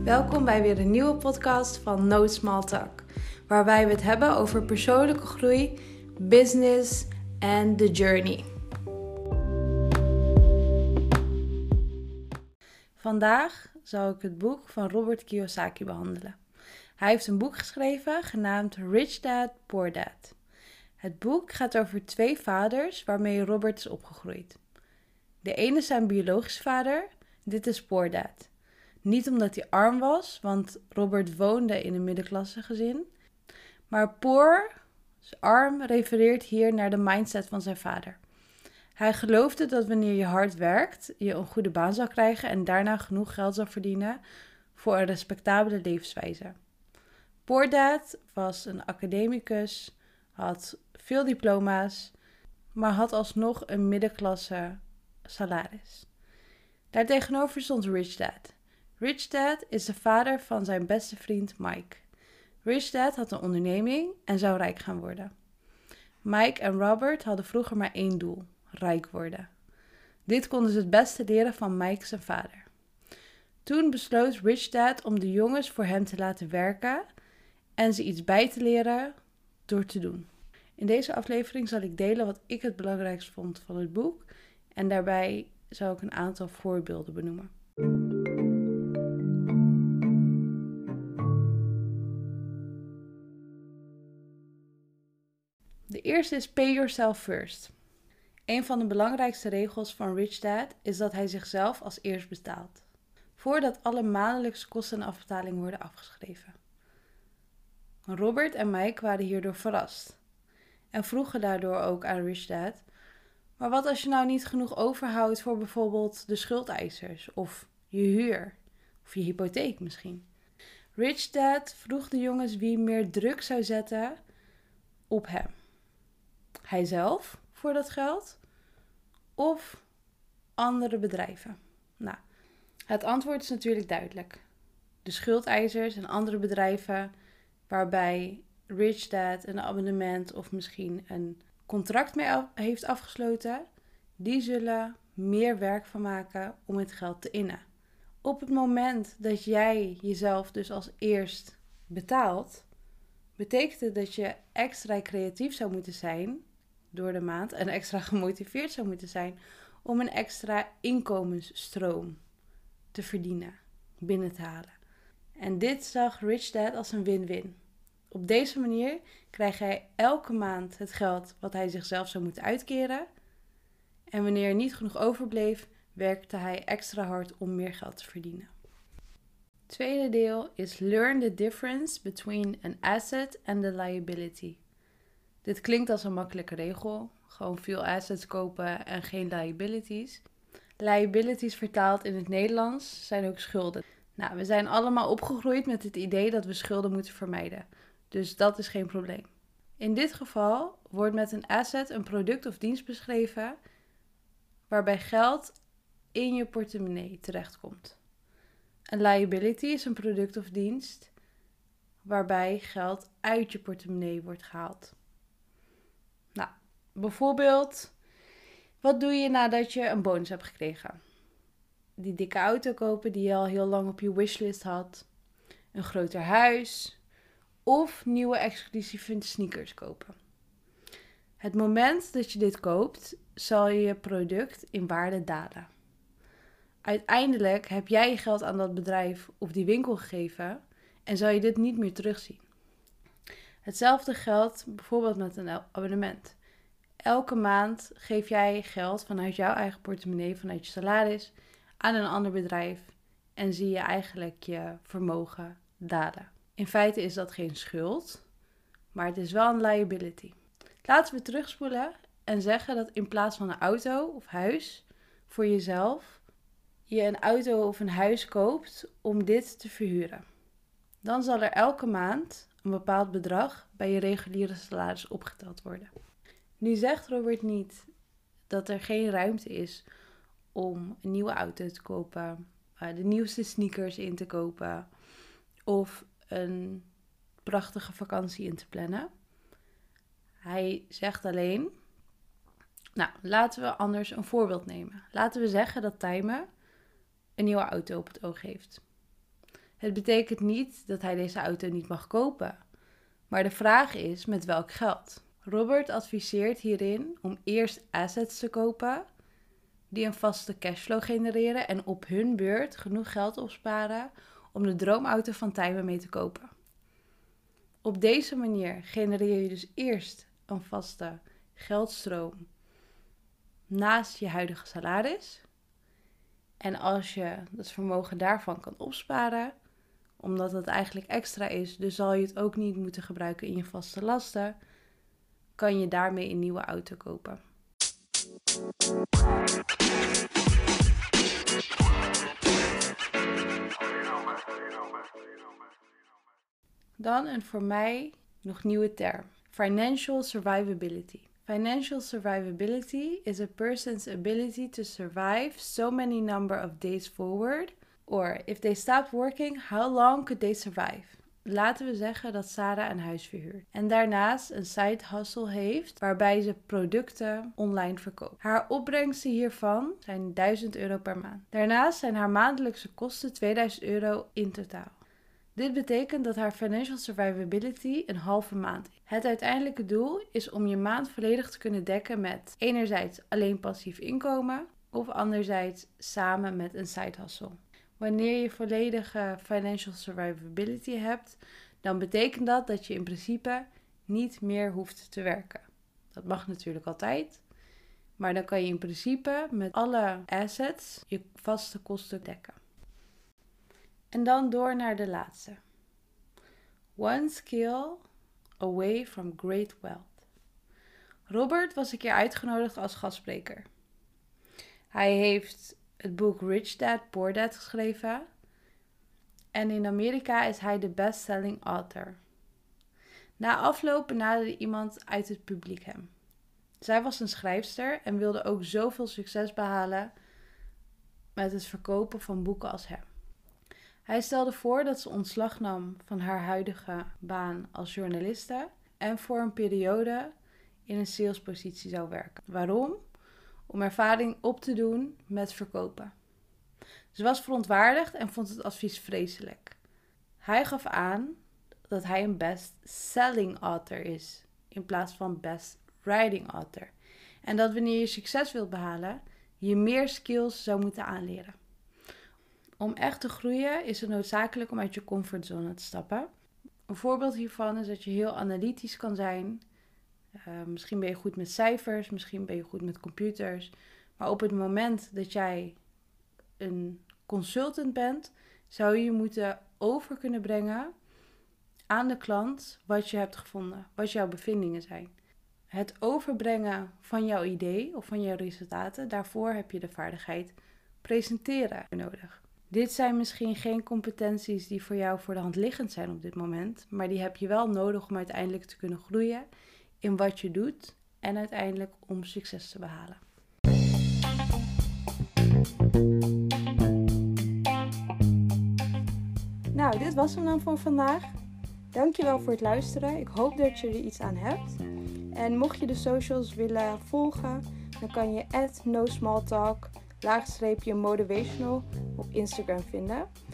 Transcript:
Welkom bij weer een nieuwe podcast van No Small Talk, waarbij we het hebben over persoonlijke groei, business en the journey. Vandaag zal ik het boek van Robert Kiyosaki behandelen. Hij heeft een boek geschreven genaamd Rich Dad, Poor Dad. Het boek gaat over 2 vaders waarmee Robert is opgegroeid. De ene is zijn biologische vader, dit is Poor Dad. Niet omdat hij arm was, want Robert woonde in een middenklasse gezin. Maar poor, dus arm, refereert hier naar de mindset van zijn vader. Hij geloofde dat wanneer je hard werkt, je een goede baan zou krijgen en daarna genoeg geld zou verdienen voor een respectabele levenswijze. Poor Dad was een academicus, had veel diploma's, maar had alsnog een middenklasse salaris. Daartegenover stond Rich Dad. Rich Dad is de vader van zijn beste vriend Mike. Rich Dad had een onderneming en zou rijk gaan worden. Mike en Robert hadden vroeger maar 1 doel: rijk worden. Dit konden ze het beste leren van Mike zijn vader. Toen besloot Rich Dad om de jongens voor hem te laten werken en ze iets bij te leren door te doen. In deze aflevering zal ik delen wat ik het belangrijkst vond van het boek en daarbij zal ik een aantal voorbeelden benoemen. De eerste is pay yourself first. Een van de belangrijkste regels van Rich Dad is dat hij zichzelf als eerst betaalt, voordat alle maandelijkse kosten en afbetalingen worden afgeschreven. Robert en Mike waren hierdoor verrast en vroegen daardoor ook aan Rich Dad: maar wat als je nou niet genoeg overhoudt voor bijvoorbeeld de schuldeisers of je huur of je hypotheek misschien? Rich Dad vroeg de jongens wie meer druk zou zetten op hem. Hijzelf voor dat geld of andere bedrijven? Nou, het antwoord is natuurlijk duidelijk. De schuldeisers en andere bedrijven waarbij Rich Dad een abonnement of misschien een contract mee heeft afgesloten, die zullen meer werk van maken om het geld te innen. Op het moment dat jij jezelf dus als eerst betaalt, betekent het dat je extra creatief zou moeten zijn door de maand en extra gemotiveerd zou moeten zijn om een extra inkomensstroom te verdienen, binnen te halen. En dit zag Rich Dad als een win-win. Op deze manier krijgt hij elke maand het geld wat hij zichzelf zou moeten uitkeren. En wanneer er niet genoeg overbleef, werkte hij extra hard om meer geld te verdienen. Het tweede deel is learn the difference between an asset and a liability. Dit klinkt als een makkelijke regel. Gewoon veel assets kopen en geen liabilities. Liabilities vertaald in het Nederlands zijn ook schulden. Nou, we zijn allemaal opgegroeid met het idee dat we schulden moeten vermijden. Dus dat is geen probleem. In dit geval wordt met een asset een product of dienst beschreven waarbij geld in je portemonnee terechtkomt. Een liability is een product of dienst waarbij geld uit je portemonnee wordt gehaald. Nou, bijvoorbeeld, wat doe je nadat je een bonus hebt gekregen? Die dikke auto kopen die je al heel lang op je wishlist had, een groter huis of nieuwe exclusieve sneakers kopen. Het moment dat je dit koopt, zal je product in waarde dalen. Uiteindelijk heb jij je geld aan dat bedrijf of die winkel gegeven en zal je dit niet meer terugzien. Hetzelfde geldt bijvoorbeeld met een abonnement. Elke maand geef jij geld vanuit jouw eigen portemonnee, vanuit je salaris, aan een ander bedrijf en zie je eigenlijk je vermogen dalen. In feite is dat geen schuld, maar het is wel een liability. Laten we terugspoelen en zeggen dat in plaats van een auto of huis voor jezelf, je een auto of een huis koopt om dit te verhuren. Dan zal er elke maand een bepaald bedrag bij je reguliere salaris opgeteld worden. Nu zegt Robert niet dat er geen ruimte is om een nieuwe auto te kopen, de nieuwste sneakers in te kopen of een prachtige vakantie in te plannen. Hij zegt alleen, nou, laten we anders een voorbeeld nemen. Laten we zeggen dat Tijmen een nieuwe auto op het oog heeft. Het betekent niet dat hij deze auto niet mag kopen. Maar de vraag is met welk geld. Robert adviseert hierin om eerst assets te kopen die een vaste cashflow genereren en op hun beurt genoeg geld opsparen om de droomauto van Tijmen mee te kopen. Op deze manier genereer je dus eerst een vaste geldstroom naast je huidige salaris. En als je het vermogen daarvan kan opsparen, omdat het eigenlijk extra is, dus zal je het ook niet moeten gebruiken in je vaste lasten, kan je daarmee een nieuwe auto kopen. Dan een voor mij nog nieuwe term. Financial survivability. Financial survivability is a person's ability to survive so many number of days forward. Or if they stopped working, how long could they survive? Laten we zeggen dat Sarah een huis verhuurt en daarnaast een side hustle heeft waarbij ze producten online verkoopt. Haar opbrengsten hiervan zijn €1000 per maand. Daarnaast zijn haar maandelijkse kosten €2000 in totaal. Dit betekent dat haar financial survivability een halve maand is. Het uiteindelijke doel is om je maand volledig te kunnen dekken met enerzijds alleen passief inkomen of anderzijds samen met een side hustle. Wanneer je volledige financial survivability hebt, dan betekent dat je in principe niet meer hoeft te werken. Dat mag natuurlijk altijd, maar dan kan je in principe met alle assets je vaste kosten dekken. En dan door naar de laatste. One skill away from great wealth. Robert was een keer uitgenodigd als gastspreker. Hij heeft het boek Rich Dad, Poor Dad geschreven. En in Amerika is hij de best-selling author. Na afloop benaderde iemand uit het publiek hem. Zij was een schrijfster en wilde ook zoveel succes behalen met het verkopen van boeken als hem. Hij stelde voor dat ze ontslag nam van haar huidige baan als journaliste en voor een periode in een salespositie zou werken. Waarom? Om ervaring op te doen met verkopen. Ze was verontwaardigd en vond het advies vreselijk. Hij gaf aan dat hij een best-selling author is in plaats van best-writing author. En dat wanneer je succes wilt behalen, je meer skills zou moeten aanleren. Om echt te groeien is het noodzakelijk om uit je comfortzone te stappen. Een voorbeeld hiervan is dat je heel analytisch kan zijn. Misschien ben je goed met cijfers, misschien ben je goed met computers. Maar op het moment dat jij een consultant bent, zou je moeten over kunnen brengen aan de klant wat je hebt gevonden, wat jouw bevindingen zijn. Het overbrengen van jouw idee of van jouw resultaten, daarvoor heb je de vaardigheid presenteren nodig. Dit zijn misschien geen competenties die voor jou voor de hand liggend zijn op dit moment, maar die heb je wel nodig om uiteindelijk te kunnen groeien in wat je doet en uiteindelijk om succes te behalen. Nou, dit was hem dan voor vandaag. Dankjewel voor het luisteren. Ik hoop dat je er iets aan hebt. En mocht je de socials willen volgen, dan kan je @nosmalltalk_motivational op Instagram vinden.